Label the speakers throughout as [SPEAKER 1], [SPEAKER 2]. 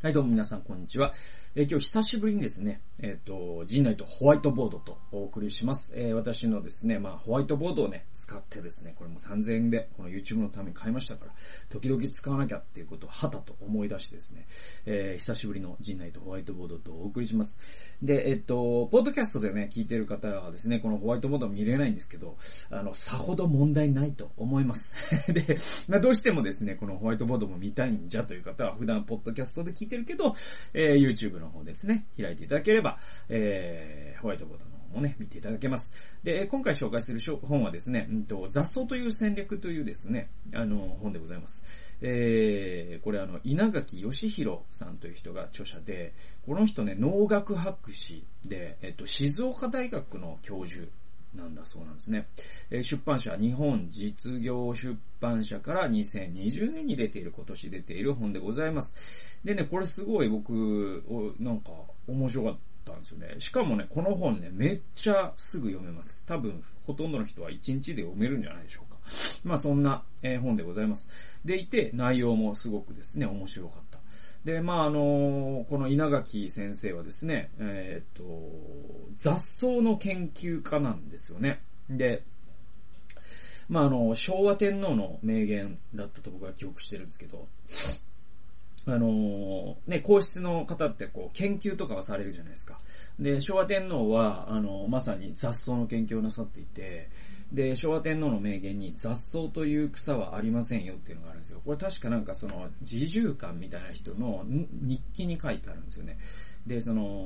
[SPEAKER 1] はい、どうも皆さん、こんにちは。今日久しぶりにですね、陣内とホワイトボードとお送りします。私のですね、ホワイトボードをね、使ってですね、これも3000円で、この YouTube のために買いましたから、時々使わなきゃっていうことをはたと思い出してですね、久しぶりの陣内とホワイトボードとお送りします。で、ポッドキャストでね、聞いてる方はですね、このホワイトボードは見れないんですけど、さほど問題ないと思います。で、どうしてもですね、このホワイトボードも見たいんじゃという方は、普段ポッドキャストで聞いてるけど、YouTube の方ですね、開いていただければ、ホワイトボードの方もね、見ていただけます。で、今回紹介する本はですね、雑草という戦略というですね、本でございます。これ稲垣義弘さんという人が著者で、この人ね、農学博士で、静岡大学の教授なんだそうなんですね。出版社、日本実業出版社から2020年に今年出ている本でございます。でね、これすごい僕、なんか面白かったんですよね。しかもね、この本ね、めっちゃすぐ読めます。多分、ほとんどの人は1日で読めるんじゃないでしょうか。そんな、本でございます。でいて、内容もすごくですね、面白かった。で、この稲垣先生はですね、雑草の研究家なんですよね。で、昭和天皇の名言だったと僕は記憶してるんですけど、皇室の方って研究とかはされるじゃないですか。で、昭和天皇は、まさに雑草の研究をなさっていて、で、昭和天皇の名言に雑草という草はありませんよっていうのがあるんですよ。これ確か侍従官みたいな人の日記に書いてあるんですよね。で、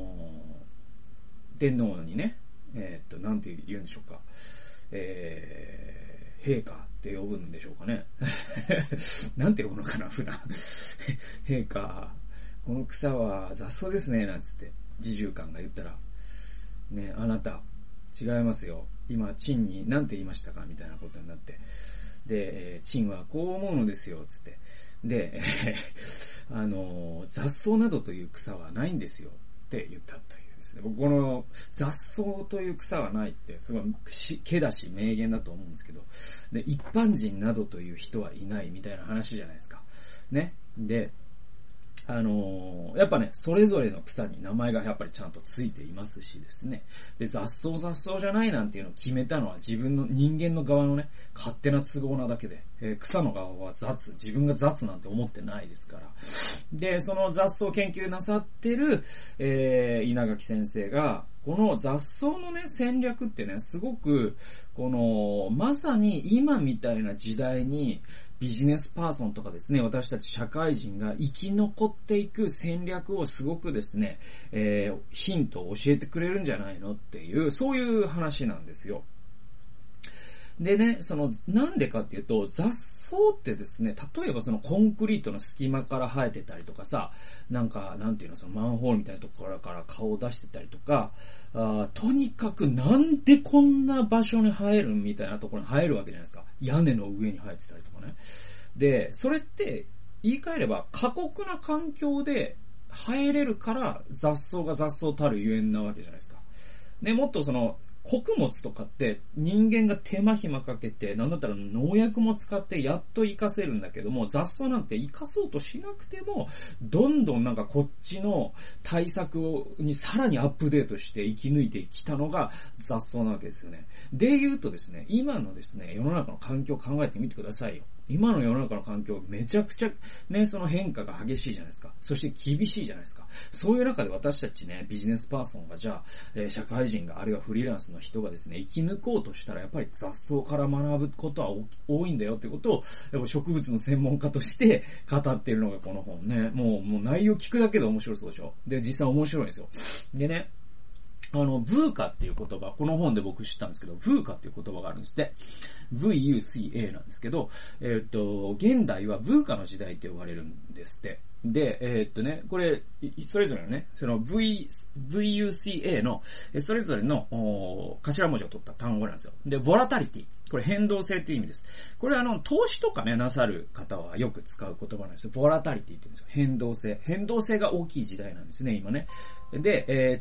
[SPEAKER 1] 天皇にね、なんて言うんでしょうか。陛下って呼ぶんでしょうかね。なんて呼ぶのかな、普段。陛下、この草は雑草ですね、なんつって、侍従官が言ったら、ね、あなた、違いますよ。今、陳に何て言いましたかみたいなことになって。で、陳はこう思うのですよ、つって。で、雑草などという草はないんですよ、って言ったというですね。僕、この雑草という草はないって、すごい、毛だし名言だと思うんですけど、で、一般人などという人はいないみたいな話じゃないですか。ね。で、やっぱね、それぞれの草に名前がやっぱりちゃんとついていますしですね。で、雑草じゃないなんていうのを決めたのは自分の人間の側のね、勝手な都合なだけで、草の側は自分が雑なんて思ってないですから。で、その雑草研究なさってる、稲垣先生が、この雑草のね、戦略ってね、すごく、まさに今みたいな時代に、ビジネスパーソンとかですね、私たち社会人が生き残っていく戦略をすごくですね、ヒントを教えてくれるんじゃないのっていう、そういう話なんですよ。でね、なんでかっていうと、雑草ってですね、例えばコンクリートの隙間から生えてたりとかさ、なんていうの、マンホールみたいなところから顔を出してたりとか、とにかくなんでこんな場所に生えるみたいなところに生えるわけじゃないですか。屋根の上に生えてたりとかね。で、それって言い換えれば過酷な環境で生えれるから雑草が雑草たるゆえんなわけじゃないですか。ね、もっと穀物とかって人間が手間暇かけて、なんだったら農薬も使ってやっと活かせるんだけども、雑草なんて活かそうとしなくても、どんどんこっちの対策にさらにアップデートして生き抜いてきたのが雑草なわけですよね。で言うとですね、今のですね、世の中の環境を考えてみてくださいよ。今の世の中の環境めちゃくちゃね、その変化が激しいじゃないですか。そして厳しいじゃないですか。そういう中で私たちね、ビジネスパーソンがじゃあ、社会人があるいはフリーランスの人がですね、生き抜こうとしたらやっぱり雑草から学ぶことは多いんだよっていうことを、やっぱ植物の専門家として語っているのがこの本ね。もう内容聞くだけで面白そうでしょ。で、実際面白いんですよ。でね、ブーカっていう言葉、この本で僕知ったんですけど、ブーカっていう言葉があるんですって。VUCA なんですけど、現代はブーカの時代って呼ばれるんですって。で、これ、それぞれのね、VUCA の、それぞれの、頭文字を取った単語なんですよ。で、ボラタリティ。これ変動性っていう意味です。これ投資とかね、なさる方はよく使う言葉なんですよ。ボラタリティって言うんですよ。変動性。変動性が大きい時代なんですね、今ね。で、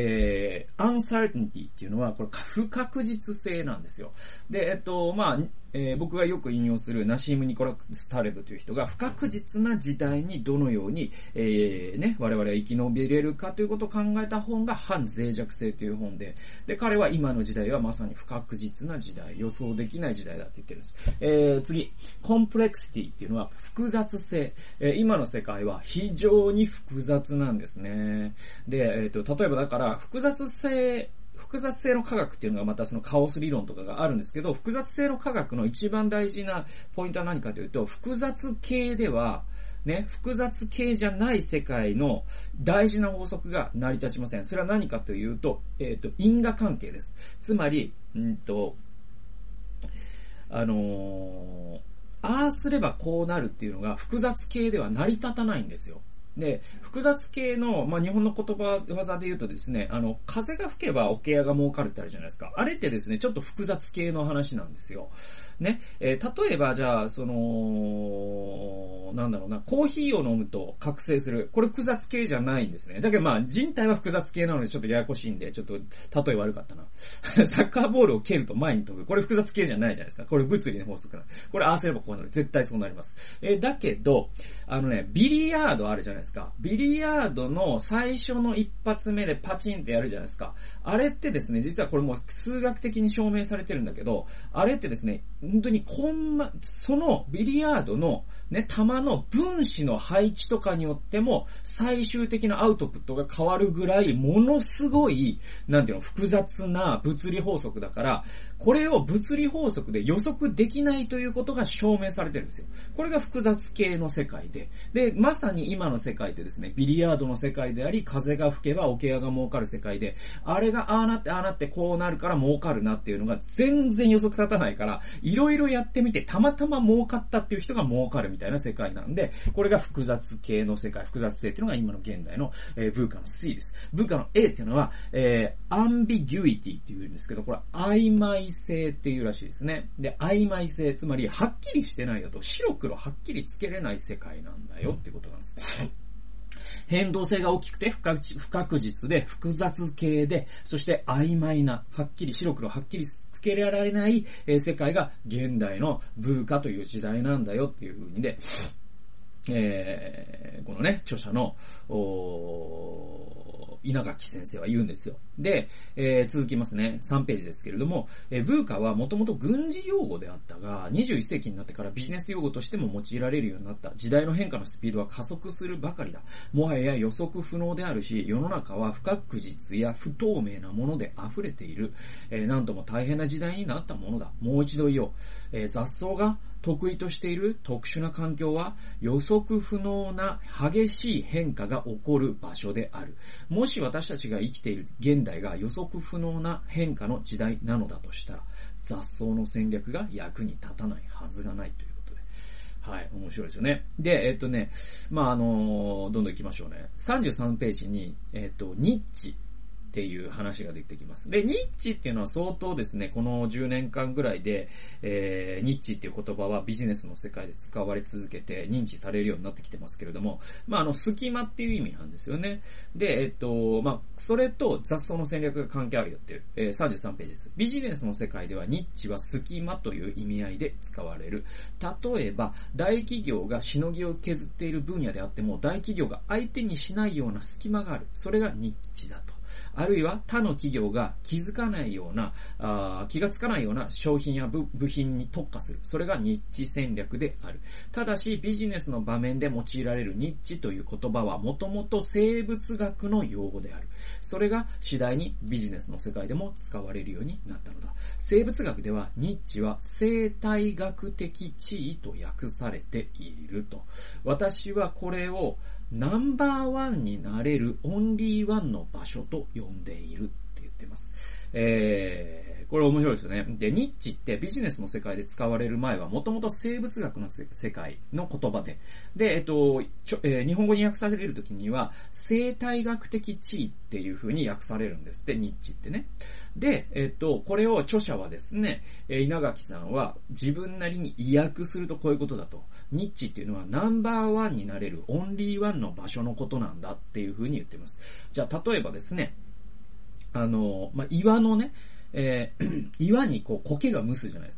[SPEAKER 1] 次、uncertainty っていうのは、これ不確実性なんですよ。で、 僕がよく引用するナシーム・ニコラス・タレブという人が不確実な時代にどのように、我々は生き延びれるかということを考えた本が反脆弱性という本で、彼は今の時代はまさに不確実な時代、予想できない時代だって言ってるんです。次、コンプレクシティっていうのは複雑性。今の世界は非常に複雑なんですね。で、例えばだから複雑性の科学っていうのがまたそのカオス理論とかがあるんですけど、複雑性の科学の一番大事なポイントは何かというと、複雑系では、複雑系じゃない世界の大事な法則が成り立ちません。それは何かというと、因果関係です。つまり、ああすればこうなるっていうのが複雑系では成り立たないんですよ。で、複雑系の、日本の言葉技で言うとですね、風が吹けば桶屋が儲かるってあるじゃないですか。あれってですね、ちょっと複雑系の話なんですよ。例えば、じゃあ、コーヒーを飲むと覚醒する。これ複雑系じゃないんですね。だけど人体は複雑系なのでちょっとややこしいんで、ちょっと、例え悪かったな。サッカーボールを蹴ると前に飛ぶ。これ複雑系じゃないじゃないですか。これ物理の法則なの。これ合わせればこうなる。絶対そうなります。だけど、ビリヤードあるじゃないですか。ビリヤードの最初の一発目でパチンってやるじゃないですか。あれってですね、実はこれも数学的に証明されてるんだけど、あれってですね、本当にそのビリヤードの球の分子の配置とかによっても最終的なアウトプットが変わるぐらいものすごい、複雑な物理法則だから、これを物理法則で予測できないということが証明されてるんですよ。これが複雑系の世界で、まさに今の世界ってですね、ビリヤードの世界であり、風が吹けば桶屋が儲かる世界で、あれがああなってこうなるから儲かるなっていうのが全然予測立たないから、いろいろやってみてたまたま儲かったっていう人が儲かるみたいな世界なんで、これが複雑系の世界、複雑性っていうのが今の現代の、ブーカの C です。ブーカの A っていうのは、アンビギュイティっていうんですけど、これは曖昧性っていうらしいですね。で、曖昧性、つまりはっきりしてないよと、白黒はっきりつけれない世界なんだよっていうことなんですね。変動性が大きくて不確実で複雑系で、そして曖昧な、白黒はっきりつけられない、世界が現代のブーカという時代なんだよっていう風にで、このね、著者の、稲垣先生は言うんですよ。で、続きますね。3ページですけれども、ブーカはもともと軍事用語であったが、21世紀になってからビジネス用語としても用いられるようになった。時代の変化のスピードは加速するばかりだ。もはや予測不能であるし、世の中は不確実や不透明なもので溢れている。なんとも大変な時代になったものだ。もう一度言おう。雑草が得意としている特殊な環境は予測不能な激しい変化が起こる場所である。もし私たちが生きている現代が予測不能な変化の時代なのだとしたら、雑草の戦略が役に立たないはずがないということで。はい、面白いですよね。で、どんどん行きましょうね。33ページに、ニッチっていう話が出てきます。で、ニッチっていうのは相当ですね、この10年間ぐらいで、ニッチっていう言葉はビジネスの世界で使われ続けて認知されるようになってきてますけれども、隙間っていう意味なんですよね。で、それと雑草の戦略が関係あるよっていう、33ページです。ビジネスの世界ではニッチは隙間という意味合いで使われる。例えば、大企業がしのぎを削っている分野であっても、大企業が相手にしないような隙間がある。それがニッチだと。あるいは他の企業が気がつかないような商品や部品に特化する。それがニッチ戦略である。ただしビジネスの場面で用いられるニッチという言葉はもともと生物学の用語である。それが次第にビジネスの世界でも使われるようになったのだ。生物学ではニッチは生態学的地位と訳されていると。私はこれをナンバーワンになれるオンリーワンの場所と呼んでいるって言ってます。これ面白いですよね。で、ニッチってビジネスの世界で使われる前はもともと生物学の世界の言葉で、で、日本語に訳されるときには生態学的地位っていう風に訳されるんですって、ニッチってね。で、これを著者はですね、稲垣さんは自分なりに意訳するとこういうことだと。ニッチっていうのはナンバーワンになれるオンリーワンの場所のことなんだっていう風に言ってます。じゃあ、例えばですね、岩のね、岩にこう苔が蒸すじゃないですか。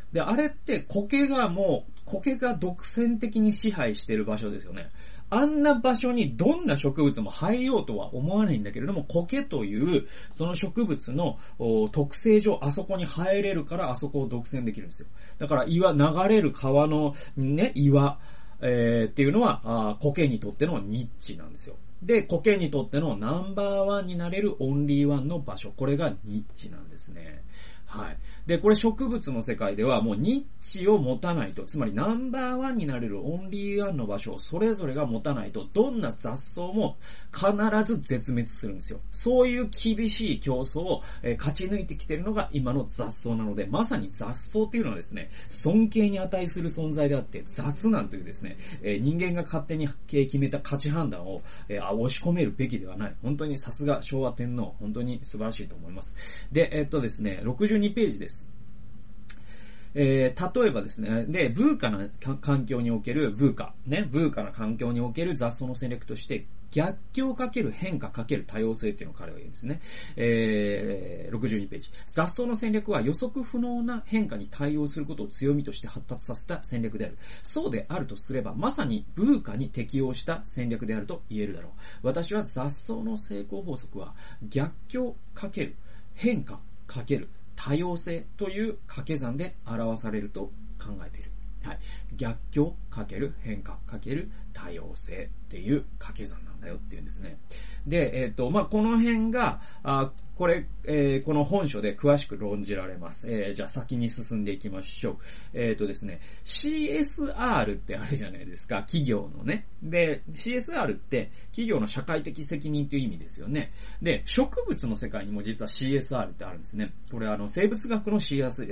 [SPEAKER 1] で、あれって苔が独占的に支配している場所ですよね。あんな場所にどんな植物も生えようとは思わないんだけれども、苔というその植物の特性上あそこに生えれるからあそこを独占できるんですよ。だから流れる川のね、岩、っていうのは苔にとってのニッチなんですよ。で、苔にとってのナンバーワンになれるオンリーワンの場所。これがニッチなんですね。はい。で、これ植物の世界ではもうニッチを持たないと、つまりナンバーワンになれるオンリーワンの場所をそれぞれが持たないと、どんな雑草も必ず絶滅するんですよ。そういう厳しい競争を、勝ち抜いてきているのが今の雑草なので、まさに雑草っていうのはですね、尊敬に値する存在であって、雑なんというですね、人間が勝手に決めた価値判断を、押し込めるべきではない。本当にさすが昭和天皇、本当に素晴らしいと思います。で、ですね、62ページです。例えばですね、で、ブーカな環境における、ブーカな環境における雑草の戦略として、逆境×変化×多様性っていうのを彼は言うんですね。62ページ。雑草の戦略は予測不能な変化に対応することを強みとして発達させた戦略である。そうであるとすれば、まさにブーカに適応した戦略であると言えるだろう。私は雑草の成功法則は、逆境×変化×多様性という掛け算で表されると考えている。はい。逆境×変化×多様性っていう掛け算なんだよっていうんですね。で、この辺が、この本書で詳しく論じられます。じゃあ先に進んでいきましょう。ですね、CSR ってあるじゃないですか、企業のね。で、CSR って企業の社会的責任という意味ですよね。で、植物の世界にも実は CSR ってあるんですね。これ生物学の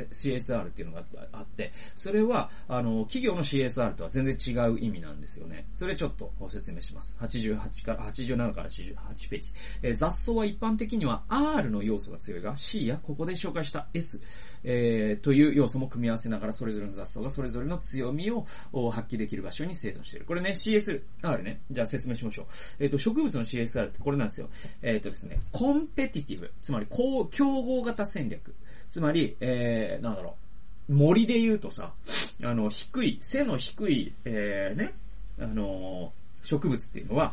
[SPEAKER 1] CSR っていうのがあって、それは、企業の CSR とは全然違う意味なんですよね。それちょっとご説明します。87から88ページ。雑草は一般的には R の要素が強いが C やここで紹介した S、という要素も組み合わせながらそれぞれの雑草がそれぞれの強みを発揮できる場所に生存している。これね、CSR ね。じゃあ説明しましょう。植物の CSR ってこれなんですよ。ですね、コンペティティブ、つまり競合型戦略。つまり、森で言うとさ、背の低い、植物っていうのは、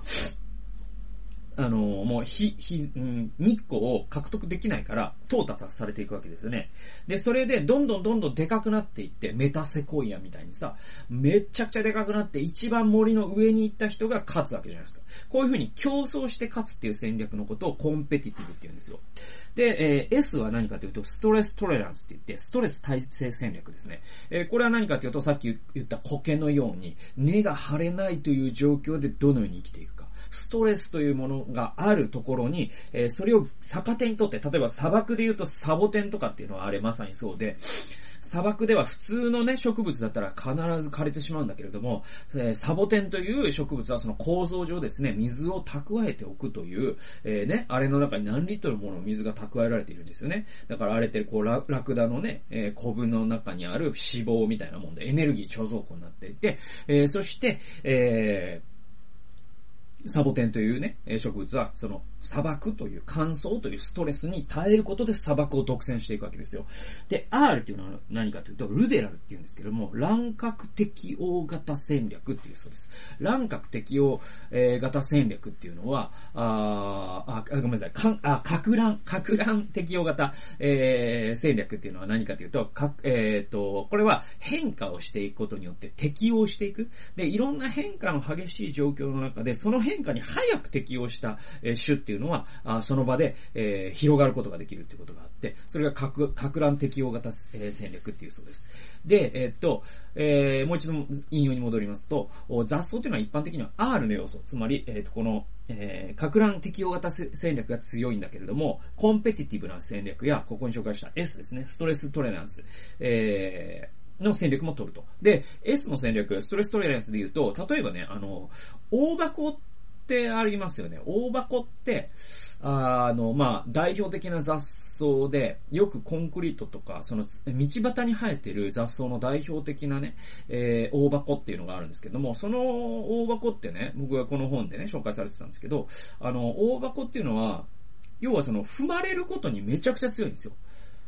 [SPEAKER 1] もう日光を獲得できないから淘汰されていくわけですよね。で、それでどんどんでかくなっていって、メタセコイアみたいにさ、めっちゃくちゃでかくなって一番森の上に行った人が勝つわけじゃないですか。こういう風に競争して勝つっていう戦略のことをコンペティティブって言うんですよ。で、S は何かというと、ストレストレランスって言って、ストレス耐性戦略ですね。これは何かというと、さっき言った苔のように、根が張れないという状況でどのように生きていくか。ストレスというものがあるところに、それを逆手にとって、例えば砂漠で言うとサボテンとかっていうのはあれまさにそうで、砂漠では普通のね、植物だったら必ず枯れてしまうんだけれども、サボテンという植物はその構造上ですね、水を蓄えておくという、あれの中に何リットルもの水が蓄えられているんですよね。だからあれってラクダのね、コブの中にある脂肪みたいなもんでエネルギー貯蔵庫になっていて、そして、サボテンというね、植物は、その砂漠という乾燥というストレスに耐えることで砂漠を独占していくわけですよ。で、R っていうのは何かというと、ルデラルっていうんですけども、乱獲適応型戦略っていうそうです。乱獲適応、型戦略っていうのは、ごめんなさい、格乱適応型、戦略っていうのは何かというと、これは変化をしていくことによって適応していく。で、いろんな変化の激しい状況の中で、その変化に早く適応した、種っていうのは、その場で、広がることができるということがあって、それが格乱適応型、戦略っていうそうです。で、もう一度引用に戻りますと、雑草というのは一般的には R の要素、つまり、この、格乱適応型戦略が強いんだけれども、コンペティティブな戦略や、ここに紹介した S ですね、ストレストレランス、の戦略も取ると。で、S の戦略、ストレストレランスで言うと、例えばね、大箱ってありますよね。大箱って、代表的な雑草で、よくコンクリートとか、その、道端に生えてる雑草の代表的なね、大箱っていうのがあるんですけども、その大箱ってね、僕がこの本でね、紹介されてたんですけど、大箱っていうのは、要はその、踏まれることにめちゃくちゃ強いんですよ。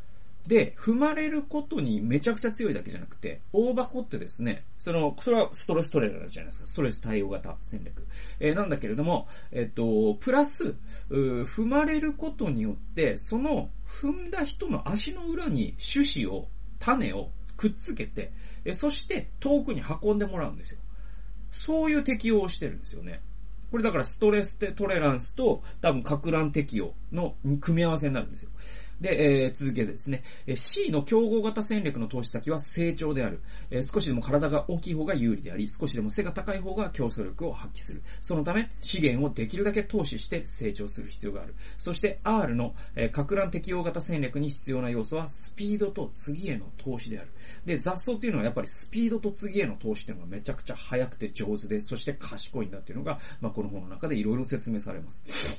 [SPEAKER 1] で、踏まれることにめちゃくちゃ強いだけじゃなくて、大箱ってですね、それはストレストレーラーじゃないですか。ストレス対応型戦略。なんだけれども、プラス、踏まれることによって、その踏んだ人の足の裏に種子を、種をくっつけて、そして遠くに運んでもらうんですよ。そういう適用をしてるんですよね。これだからストレストレランスと多分撹乱適用の組み合わせになるんですよ。で、続けてですね、C の競合型戦略の投資先は成長である。少しでも体が大きい方が有利であり、少しでも背が高い方が競争力を発揮する。そのため、資源をできるだけ投資して成長する必要がある。そして R の撹乱適用型戦略に必要な要素はスピードと次への投資である。で、雑草っていうのはやっぱりスピードと次への投資っていうのがめちゃくちゃ速くて上手で、そして賢いんだっていうのが、この本の中でいろいろ説明されます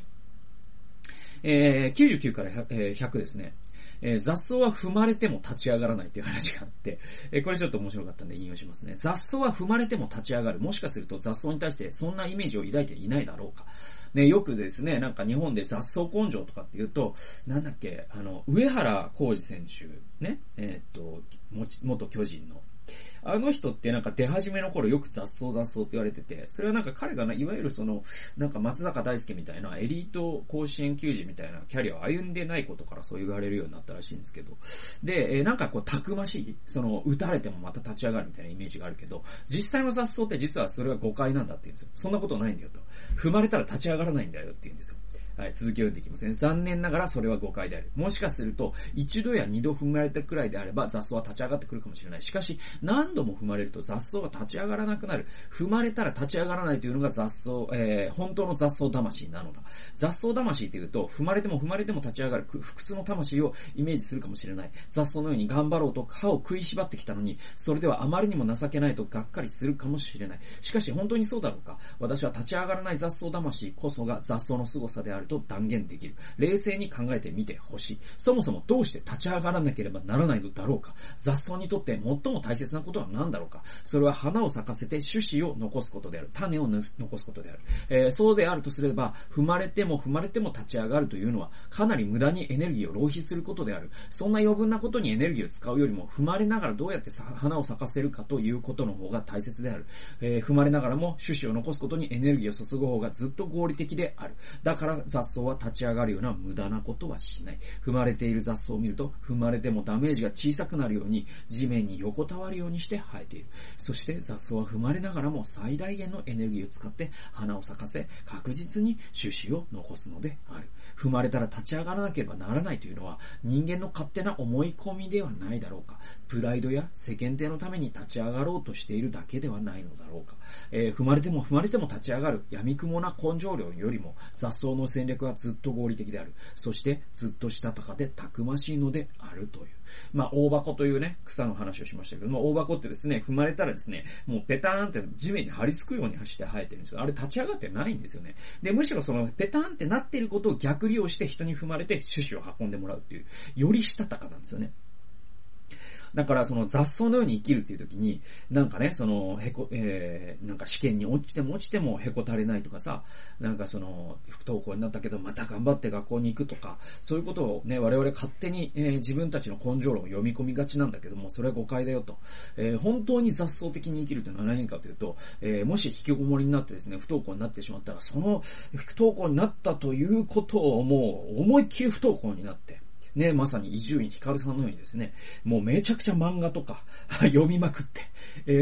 [SPEAKER 1] 。99から100ですね。雑草は踏まれても立ち上がらないという話があって、これちょっと面白かったんで引用しますね。雑草は踏まれても立ち上がる。もしかすると雑草に対してそんなイメージを抱いていないだろうか。ね、よくですね、なんか日本で雑草根性とかって言うと、なんだっけ、上原浩二選手、ね、元巨人の。あの人ってなんか出始めの頃よく雑草って言われてて、それはなんか彼がいわゆるなんか松坂大輔みたいなエリート甲子園球児みたいなキャリアを歩んでないことからそう言われるようになったらしいんですけど。で、なんかたくましい、打たれてもまた立ち上がるみたいなイメージがあるけど、実際の雑草って実はそれは誤解なんだって言うんですよ。そんなことないんだよと。踏まれたら立ち上がらないんだよって言うんですよ。はい、続きを読んでいきますね。残念ながらそれは誤解である。もしかすると、一度や二度踏まれたくらいであれば雑草は立ち上がってくるかもしれない。しかし、何度も踏まれると雑草は立ち上がらなくなる。踏まれたら立ち上がらないというのが本当の雑草魂なのだ。雑草魂っていうと、踏まれても立ち上がる不屈の魂をイメージするかもしれない。雑草のように頑張ろうと歯を食いしばってきたのに、それではあまりにも情けないとがっかりするかもしれない。しかし、本当にそうだろうか。私は立ち上がらない雑草魂こそが雑草の凄さであると断言できる。冷静に考えてみてほしい。そもそもどうして立ち上がらなければならないのだろうか。雑草にとって最も大切なことは何だろうか。それは花を咲かせて種子を残すことである。種を残すことである。そうであるとすれば、踏まれても立ち上がるというのはかなり無駄にエネルギーを浪費することである。そんな余分なことにエネルギーを使うよりも、踏まれながらどうやって花を咲かせるかということの方が大切である。踏まれながらも種子を残すことにエネルギーを注ぐ方がずっと合理的である。だから雑草は立ち上がるような無駄なことはしない。踏まれている雑草を見ると、踏まれてもダメージが小さくなるように地面に横たわるようにして生えている。そして雑草は踏まれながらも最大限のエネルギーを使って花を咲かせ、確実に種子を残すのである。踏まれたら立ち上がらなければならないというのは人間の勝手な思い込みではないだろうか。プライドや世間体のために立ち上がろうとしているだけではないのだろうか。踏まれても立ち上がる闇雲な根性論よりも雑草の戦略はずっと合理的である。そしてずっとしたたかでたくましいのであるという。大箱というね、草の話をしましたけども、大箱ってですね、踏まれたらですね、もうペターンって地面に張り付くようにして生えてるんですよ。あれ立ち上がってないんですよね。で、むしろそのペターンってなっていることを逆利用して人に踏まれて種子を運んでもらうっていう、よりしたたかなんですよね。だからその雑草のように生きるっていう時に、なんかね、なんか試験に落ちてもへこたれないとかさ、なんか不登校になったけどまた頑張って学校に行くとか、そういうことをね、我々勝手に、自分たちの根性論を読み込みがちなんだけども、それは誤解だよと。本当に雑草的に生きるというのは何かというと、もし引きこもりになってですね、不登校になってしまったら、その不登校になったということをもう思いっきり不登校になって、ね、まさに伊集院光さんのようにですね、もうめちゃくちゃ漫画とか読みまくって、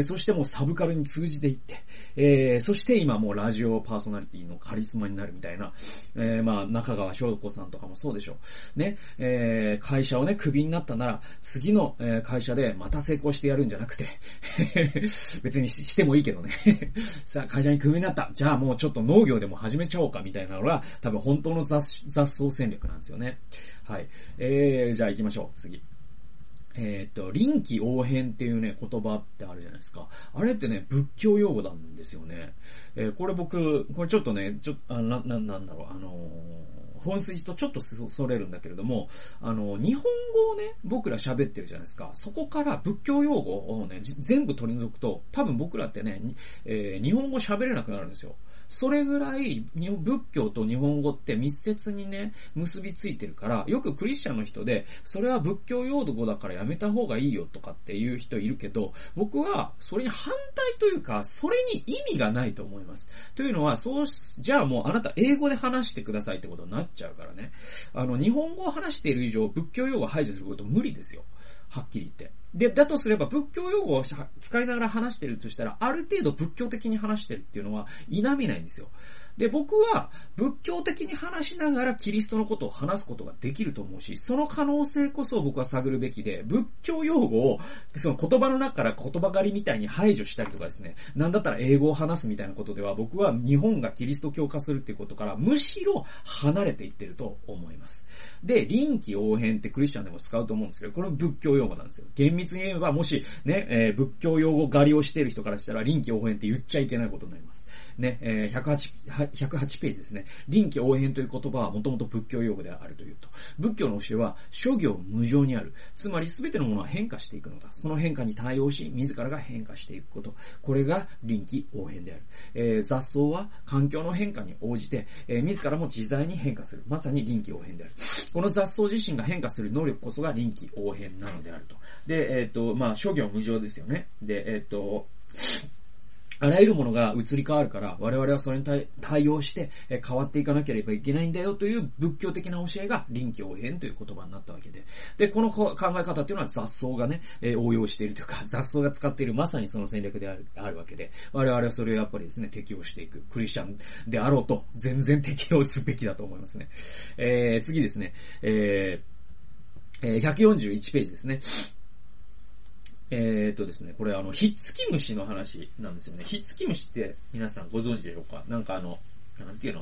[SPEAKER 1] そしてもうサブカルに通じていって、そして今もうラジオパーソナリティのカリスマになるみたいな、中川翔子さんとかもそうでしょう。ね、会社をね、クビになったなら、次の会社でまた成功してやるんじゃなくて、別にしてもいいけどね。さあ、会社にクビになった。じゃあもうちょっと農業でも始めちゃおうかみたいなのが、多分本当の雑草戦略なんですよね。はい。じゃあ行きましょう。次。臨機応変っていうね、言葉ってあるじゃないですか。あれってね、仏教用語なんですよね。これちょっとね、なんだろう、 本筋とちょっとそれるんだけれども、日本語をね、僕ら喋ってるじゃないですか。そこから仏教用語をね、全部取り除くと、多分僕らってね、日本語喋れなくなるんですよ。それぐらい、仏教と日本語って密接にね、結びついてるから、よくクリスチャンの人で、それは仏教用語だからやめた方がいいよとかっていう人いるけど、僕はそれに反対というか、それに意味がないと思います。というのは、じゃあもうあなた英語で話してくださいってことになっちゃうからね。日本語を話している以上、仏教用語を排除すること無理ですよ。はっきり言って。で、だとすれば仏教用語を使いながら話してるとしたら、ある程度仏教的に話してるっていうのは否めないんですよ。で、僕は仏教的に話しながらキリストのことを話すことができると思うし、その可能性こそ僕は探るべきで、仏教用語をその言葉の中から言葉狩りみたいに排除したりとかですね、なんだったら英語を話すみたいなことでは、僕は日本がキリスト教化するっていうことからむしろ離れていってると思います。で、臨機応変ってクリスチャンでも使うと思うんですけど、これは仏教用語なんですよ。厳密に言えば、もしね、仏教用語狩りをしている人からしたら臨機応変って言っちゃいけないことになります。ね、108ページですね。臨機応変という言葉はもともと仏教用語であるというと。仏教の教えは諸行無常にある。つまり全てのものは変化していくのだ。その変化に対応し、自らが変化していくこと。これが臨機応変である。雑草は環境の変化に応じて、自らも自在に変化する。まさに臨機応変である。この雑草自身が変化する能力こそが臨機応変なのであると。で、諸行無常ですよね。で、あらゆるものが移り変わるから、我々はそれに対応して変わっていかなければいけないんだよという仏教的な教えが臨機応変という言葉になったわけで。で、この考え方っていうのは雑草がね、応用しているというか、雑草が使っているまさにその戦略であるわけで、我々はそれをやっぱりですね、適用していく。クリスチャンであろうと、全然適用すべきだと思いますね。次ですね、141ページですね。ですね、これひっつき虫の話なんですよね。ひっつき虫って皆さんご存知でしょうか？なんかなんていうの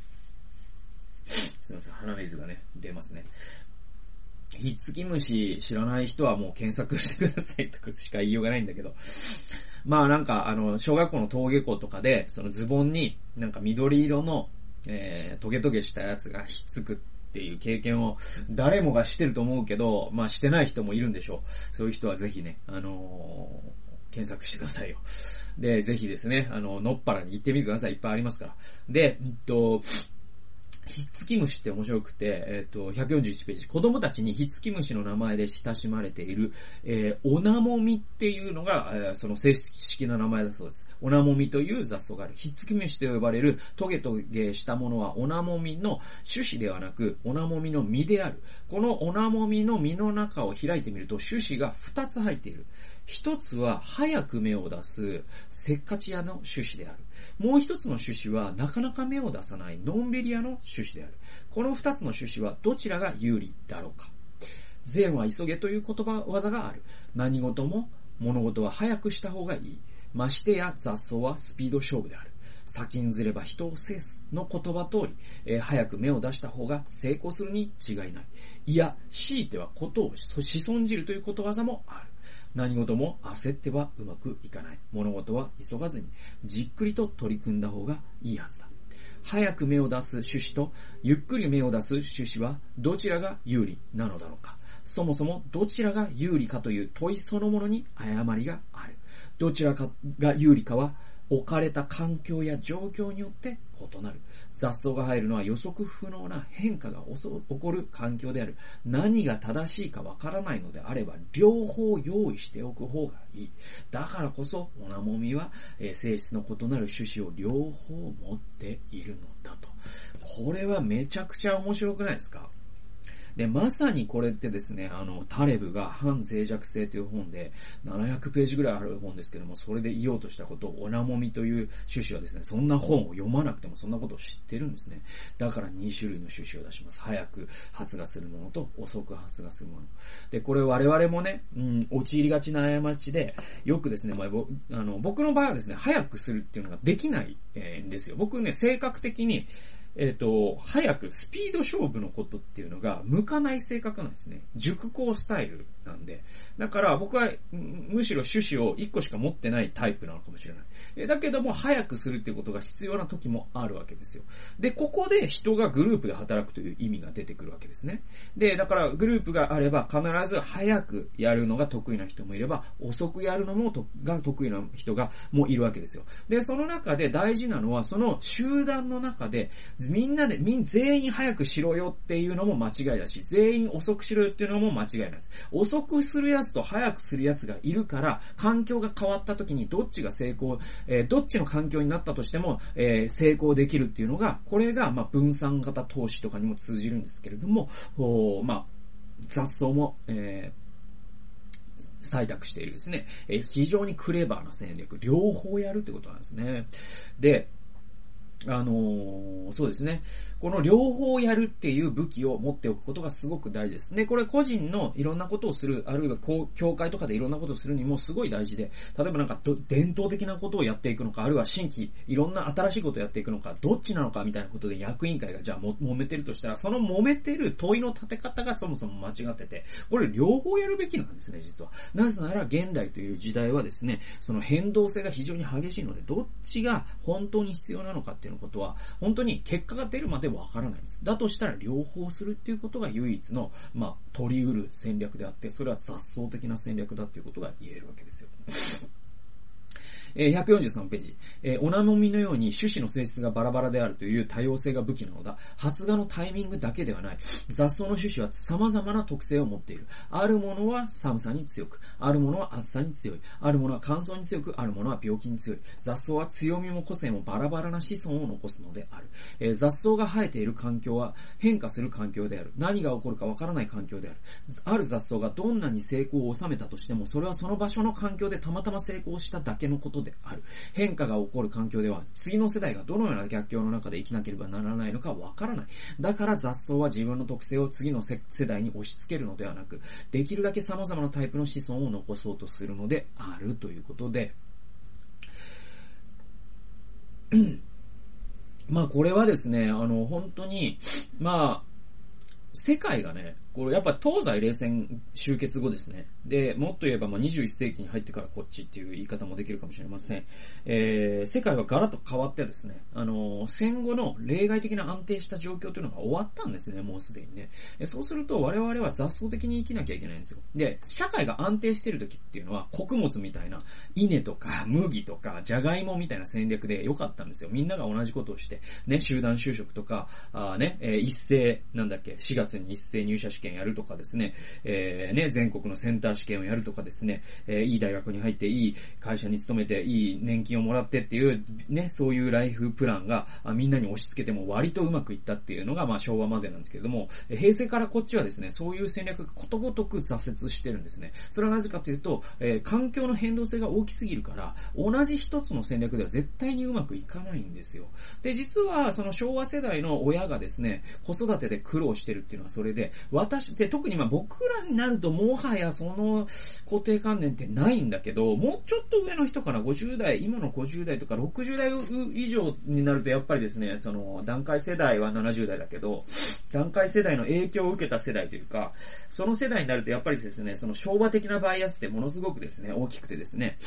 [SPEAKER 1] すいません、鼻水がね、出ますね。ひっつき虫知らない人はもう検索してくださいとかしか言いようがないんだけど。まあなんか小学校の登下校とかで、そのズボンになんか緑色の、トゲトゲしたやつがひっつくっていう経験を誰もがしてると思うけど、まあしてない人もいるんでしょう。そういう人はぜひね、検索してくださいよ。で、ぜひですね、のっぱらに行ってみてください。いっぱいありますから。で、ひっつき虫って面白くて、141ページ。子供たちにひっつき虫の名前で親しまれている、オナモミっていうのが、その正式な名前だそうです。オナモミという雑草がある。ひっつき虫と呼ばれるトゲトゲしたものはオナモミの種子ではなく、オナモミの実である。このオナモミの実の中を開いてみると種子が2つ入っている。一つは早く芽を出すせっかち屋の種子である。もう一つの種子はなかなか芽を出さないのんびり屋の種子である。この二つの種子はどちらが有利だろうか。善は急げという言葉技がある。何事も物事は早くした方がいい。ましてや雑草はスピード勝負である。先んずれば人を制すの言葉通り、早く芽を出した方が成功するに違いない。いや、強いてはことを仕損じるということわざもある。何事も焦ってはうまくいかない。物事は急がずにじっくりと取り組んだ方がいいはずだ。早く芽を出す種子とゆっくり芽を出す種子はどちらが有利なのだろうか。そもそもどちらが有利かという問いそのものに誤りがある。どちらかが有利かは置かれた環境や状況によって異なる。雑草が生えるのは予測不能な変化が起こる環境である。何が正しいかわからないのであれば、両方用意しておく方がいい。だからこそ、オナモミは、性質の異なる種子を両方持っているのだと。これはめちゃくちゃ面白くないですか？で、まさにこれってですね、タレブが反脆弱性という本で、700ページぐらいある本ですけども、それで言おうとしたことを、オナモミという種子はですね、そんな本を読まなくてもそんなことを知ってるんですね。だから2種類の種子を出します。早く発芽するものと遅く発芽するもの。で、これ我々もね、陥りがちな過ちで、よくですね、僕の場合はですね、早くするっていうのができないんですよ。僕ね、性格的に、 早くスピード勝負のことっていうのが向かない性格なんですね。熟考スタイルなんで。だから僕はむしろ種子を1個しか持ってないタイプなのかもしれない。だけども早くするっていうことが必要な時もあるわけですよ。で、ここで人がグループで働くという意味が出てくるわけですね。で、だからグループがあれば必ず早くやるのが得意な人もいれば、遅くやるのもが得意な人がもういるわけですよ。で、その中で大事なのは、その集団の中で、全員早くしろよっていうのも間違いだし、全員遅くしろよっていうのも間違いないです。遅くするやつと早くするやつがいるから、環境が変わった時にどっちが成功、どっちの環境になったとしても、成功できるっていうのが、これが、分散型投資とかにも通じるんですけれども、雑草も、採択しているですね、非常にクレバーな戦略、両方やるってことなんですね。で、そうですね。この両方やるっていう武器を持っておくことがすごく大事ですね。これ個人のいろんなことをする、あるいは教会とかでいろんなことをするにもすごい大事で、例えば伝統的なことをやっていくのか、あるいは新規、いろんな新しいことをやっていくのか、どっちなのかみたいなことで役員会がじゃあ揉めてるとしたら、その揉めてる問いの立て方がそもそも間違ってて、これ両方やるべきなんですね、実は。なぜなら現代という時代はですね、その変動性が非常に激しいので、どっちが本当に必要なのかっていうことは、本当に結果が出るまでわからないんです。だとしたら両方するっていうことが唯一の、取り得る戦略であって、それは雑草的な戦略だっていうことが言えるわけですよ。143ページ。オナモミのように種子の性質がバラバラであるという多様性が武器なのだ。発芽のタイミングだけではない。雑草の種子は様々な特性を持っている。あるものは寒さに強く、あるものは暑さに強い。あるものは乾燥に強く、あるものは病気に強い。雑草は強みも個性もバラバラな子孫を残すのである。雑草が生えている環境は変化する環境である。何が起こるかわからない環境である。ある雑草がどんなに成功を収めたとしても、それはその場所の環境でたまたま成功しただけのことである。変化が起こる環境では次の世代がどのような逆境の中で生きなければならないのかわからない。だから雑草は自分の特性を次の世代に押し付けるのではなく、できるだけ様々なタイプの子孫を残そうとするのであるということで、これはですね、本当に世界がね、これやっぱ東西冷戦終結後ですね。で、もっと言えば21世紀に入ってからこっちっていう言い方もできるかもしれません。世界はガラッと変わってですね、戦後の例外的な安定した状況というのが終わったんですね、もうすでにね。そうすると我々は雑草的に生きなきゃいけないんですよ。で、社会が安定している時っていうのは穀物みたいな稲とか麦とかジャガイモみたいな戦略で良かったんですよ。みんなが同じことをして、ね、集団就職とか、4月に一斉入社試験やるとかですね、全国のセンター試験をやるとかですね、いい大学に入っていい会社に勤めていい年金をもらってっていうね、そういうライフプランがみんなに押し付けても割とうまくいったっていうのが昭和までなんですけれども、平成からこっちはですね、そういう戦略がことごとく挫折してるんですね。それはなぜかというと、環境の変動性が大きすぎるから同じ一つの戦略では絶対にうまくいかないんですよ。で、実はその昭和世代の親がですね、子育てで苦労してるっていうのはそれで、特に僕らになるともはやその固定観念ってないんだけど、もうちょっと上の人から今の50代とか60代以上になるとやっぱりですね、その団塊世代は70代だけど、団塊世代の影響を受けた世代というか、その世代になるとやっぱりですね、その昭和的なバイアスってものすごくですね、大きくてですね、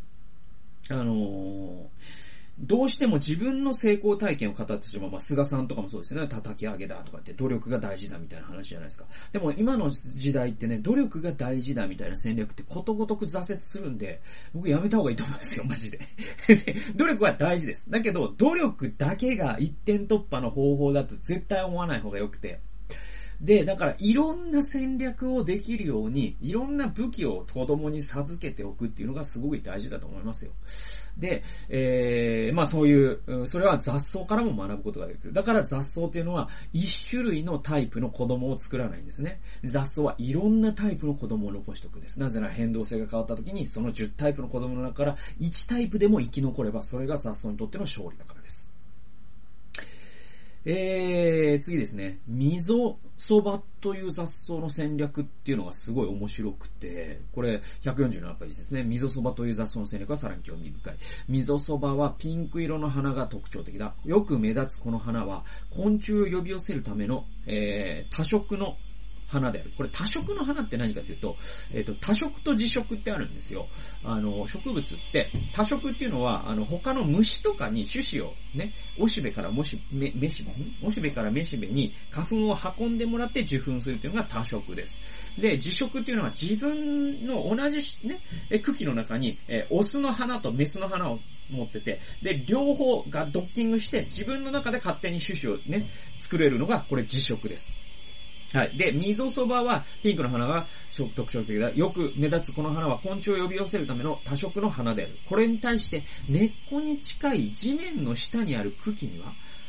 [SPEAKER 1] どうしても自分の成功体験を語ってしまう。菅さんとかもそうですね。叩き上げだとかって努力が大事だみたいな話じゃないですか。でも今の時代ってね、努力が大事だみたいな戦略ってことごとく挫折するんで、僕やめた方がいいと思うんですよ、マジで。で、努力は大事です。だけど、努力だけが一点突破の方法だと絶対思わない方が良くて。で、だからいろんな戦略をできるように、いろんな武器を子供に授けておくっていうのがすごく大事だと思いますよ。で、そういう、それは雑草からも学ぶことができる。だから雑草っていうのは一種類のタイプの子供を作らないんですね。雑草はいろんなタイプの子供を残しておくんです。なぜなら変動性が変わった時にその10タイプの子供の中から1タイプでも生き残ればそれが雑草にとっての勝利だからです。 次ですね。溝そばという雑草の戦略っていうのがすごい面白くて、これ147ページですね。溝そばという雑草の戦略はさらに興味深い。溝そばはピンク色の花が特徴的だ。よく目立つこの花は昆虫を呼び寄せるための、多色の花である。これ多色の花って何かというと、多色と自色ってあるんですよ。植物って多色っていうのは他の虫とかに種子をね、おしべからめしべに花粉を運んでもらって受粉するというのが多色です。で、自色っていうのは自分の同じね、茎の中にオスの花とメスの花を持ってて、で、両方がドッキングして自分の中で勝手に種子をね、作れるのがこれ自色です。はい。で、溝そばは、ピンクの花が特徴的だ。よく目立つこの花は昆虫を呼び寄せるための多色の花である。これに対して、根っこに近い地面の下にある茎には、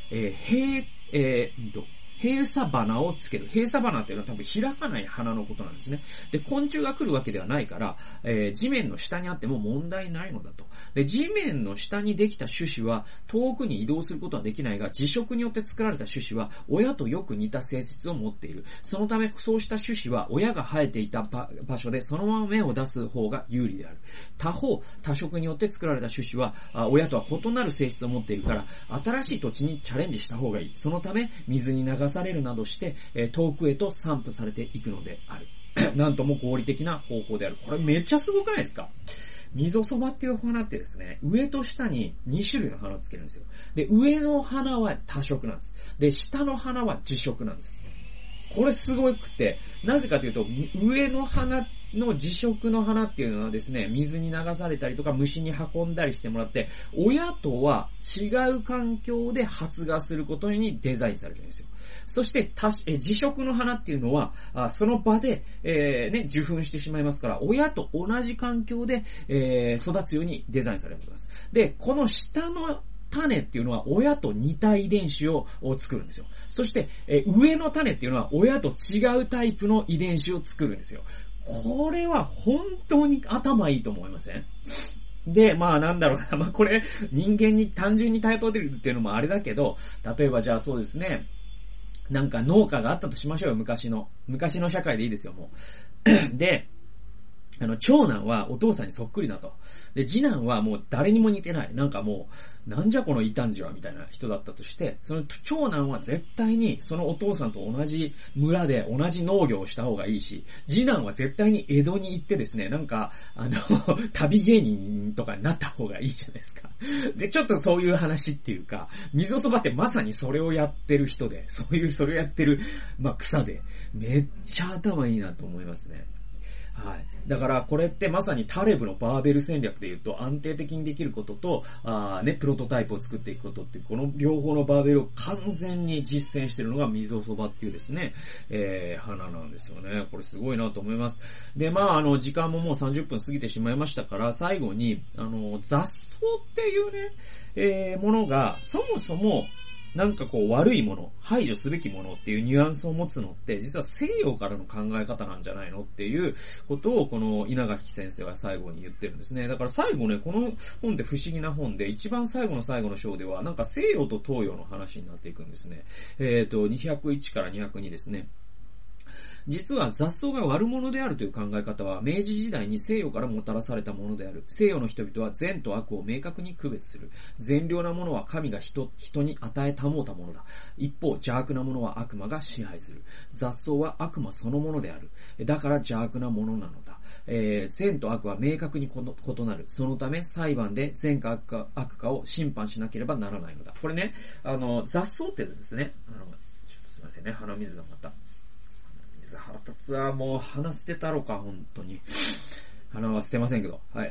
[SPEAKER 1] 閉鎖花をつける。閉鎖花っていうのは多分開かない花のことなんですね。で、昆虫が来るわけではないから、地面の下にあっても問題ないのだと。で、地面の下にできた種子は遠くに移動することはできないが、自色によって作られた種子は親とよく似た性質を持っている。そのため、そうした種子は親が生えていた場所でそのまま芽を出す方が有利である。他方、多色によって作られた種子は、親とは異なる性質を持っているから、新しい土地にチャレンジした方がいい。そのため、水に流されるなどして、遠くへと散布されていくのである。なんとも合理的な方法である。これめっちゃすごくないですか？溝そばっていう花ってですね、上と下に2種類の花をつけるんですよ。で、上の花は多色なんです。で、下の花は自色なんです。これすごくて、なぜかというと、上の花の自色の花っていうのはですね、水に流されたりとか虫に運んだりしてもらって、親とは違う環境で発芽することにデザインされてるんですよ。そして自色の花っていうのは、その場で、受粉してしまいますから、親と同じ環境で、育つようにデザインされています。で、この下の種っていうのは親と似た遺伝子を作るんですよ。そして、上の種っていうのは親と違うタイプの遺伝子を作るんですよ。これは本当に頭いいと思いません？で、なんだろうな。これ人間に単純に対等でるっていうのもあれだけど、例えばじゃあそうですね。なんか農家があったとしましょうよ、昔の社会でいいですよ、もう。で、長男はお父さんにそっくりだと。で、次男はもう誰にも似てない。なんかもう、なんじゃこの異端児はみたいな人だったとして、その長男は絶対にそのお父さんと同じ村で同じ農業をした方がいいし、次男は絶対に江戸に行ってですね、なんか、旅芸人とかになった方がいいじゃないですか。で、ちょっとそういう話っていうか、溝そばってまさにそれをやってる人で、それをやってる、草で、めっちゃ頭いいなと思いますね。はい。だからこれってまさにタレブのバーベル戦略で言うと安定的にできることと、プロトタイプを作っていくことっていう、この両方のバーベルを完全に実践しているのが溝そばっていうですね、花なんですよね。これすごいなと思います。で、時間ももう30分過ぎてしまいましたから、最後に、雑草っていうね、ものが、そもそも、なんかこう悪いもの、排除すべきものっていうニュアンスを持つのって、実は西洋からの考え方なんじゃないのっていうことを、この稲垣先生は最後に言ってるんですね。だから最後ね、この本って不思議な本で、一番最後の最後の章では、なんか西洋と東洋の話になっていくんですね。201から202ですね。実は雑草が悪者であるという考え方は明治時代に西洋からもたらされたものである。西洋の人々は善と悪を明確に区別する。善良なものは神が人に与え保ったものだ。一方、邪悪なものは悪魔が支配する。雑草は悪魔そのものである。だから邪悪なものなのだ。善と悪は明確に異なる。そのため裁判で善か悪かを審判しなければならないのだ。これね、雑草ってですね、ちょっとすいませんね、鼻水がまた。腹立つわ、もう鼻捨てたろか、本当に。鼻は捨てませんけど。はい。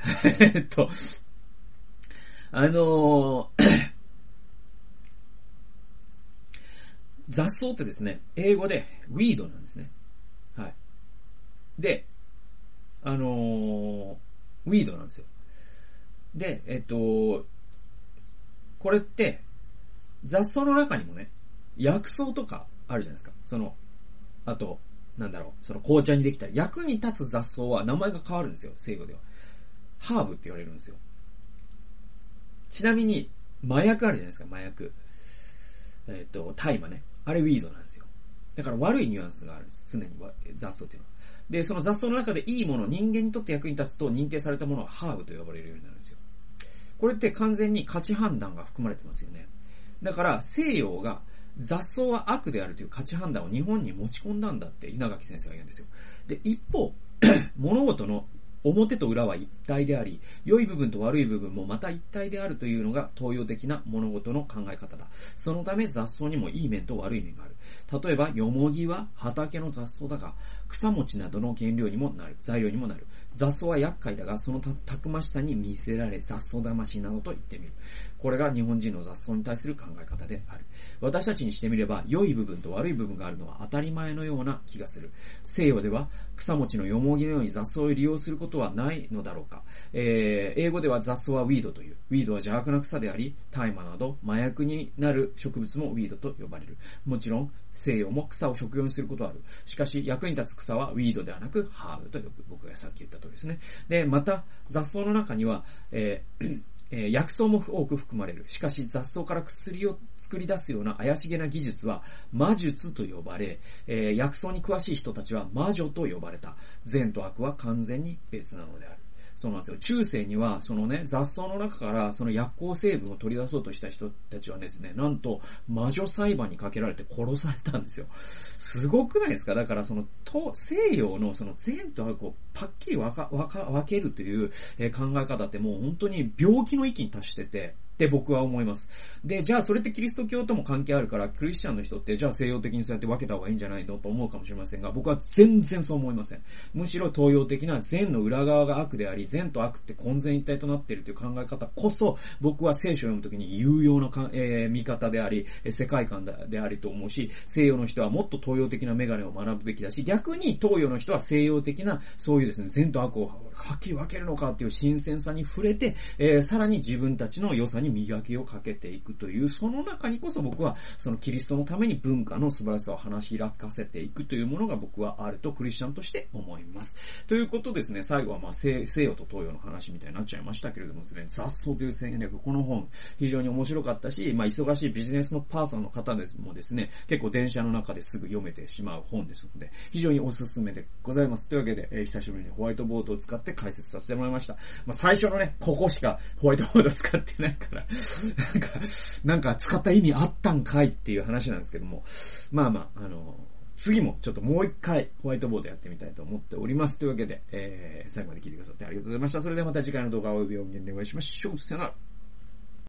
[SPEAKER 1] 雑草ってですね、英語でウィードなんですね。はい。で、ウィードなんですよ。で、これって、雑草の中にもね、薬草とかあるじゃないですか。あと、紅茶にできたり、役に立つ雑草は名前が変わるんですよ、西洋では。ハーブって言われるんですよ。ちなみに、麻薬あるじゃないですか、麻薬。 大麻ね。あれウィードなんですよ。だから悪いニュアンスがあるんです。常に雑草っていうのは。で、その雑草の中でいいもの、人間にとって役に立つと認定されたものはハーブと呼ばれるようになるんですよ。これって完全に価値判断が含まれてますよね。だから西洋が雑草は悪であるという価値判断を日本に持ち込んだんだって稲垣先生が言うんですよ。で、一方、物事の表と裏は一体であり、良い部分と悪い部分もまた一体であるというのが東洋的な物事の考え方だ。そのため雑草にもいい面と悪い面がある。例えば、ヨモギは畑の雑草だが、草餅などの原料にもなる、材料にもなる。雑草は厄介だが、そのたくましさに見せられ、雑草魂などと言ってみる。これが日本人の雑草に対する考え方である。私たちにしてみれば、良い部分と悪い部分があるのは当たり前のような気がする。西洋では、草餅のヨモギのように雑草を利用することはないのだろうか。英語では雑草はウィードという。ウィードは邪悪な草であり、大麻など麻薬になる植物もウィードと呼ばれる。もちろん、西洋も草を食用にすることはある。しかし、役に立つ草はウィードではなく、ハーブと呼ぶ。僕がさっき言った通りですね。で、また、雑草の中には、薬草も多く含まれる。しかし雑草から薬を作り出すような怪しげな技術は魔術と呼ばれ、薬草に詳しい人たちは魔女と呼ばれた。善と悪は完全に別なのである。そうなんですよ。中世には、そのね、雑草の中からその薬効成分を取り出そうとした人たちはですね、なんと魔女裁判にかけられて殺されたんですよ。すごくないですか？だからその、西洋のその善と悪をパッキリ分けるという考え方ってもう本当に病気の域に達してて、って僕は思います。で、じゃあそれってキリスト教とも関係あるから、クリスチャンの人ってじゃあ西洋的にそうやって分けた方がいいんじゃないのと思うかもしれませんが、僕は全然そう思いません。むしろ東洋的な善の裏側が悪であり、善と悪って混然一体となっているという考え方こそ、僕は聖書を読むときに有用な見方であり、世界観でありと思うし、西洋の人はもっと東洋的なメガネを学ぶべきだし、逆に東洋の人は西洋的なそういうですね、善と悪をはっきり分けるのかっていう新鮮さに触れて、さらに自分たちの良さに磨きをかけていくという、その中にこそ僕はそのキリストのために文化の素晴らしさを話し開かせていくというものが僕はあるとクリスチャンとして思います。ということですね、最後は西洋と東洋の話みたいになっちゃいましたけれどもですね、雑草という戦略、この本非常に面白かったし、忙しいビジネスのパーソンの方でもですね、結構電車の中ですぐ読めてしまう本ですので、非常におすすめでございます。というわけで、久しぶりにホワイトボードを使って解説させてもらいました。最初のね、ここしかホワイトボード使ってないからなんか使った意味あったんかいっていう話なんですけども、次もちょっともう一回ホワイトボードやってみたいと思っております。というわけで、最後まで聞いてくださってありがとうございました。それではまた次回の動画および音源でお会いしましょう。さよなら。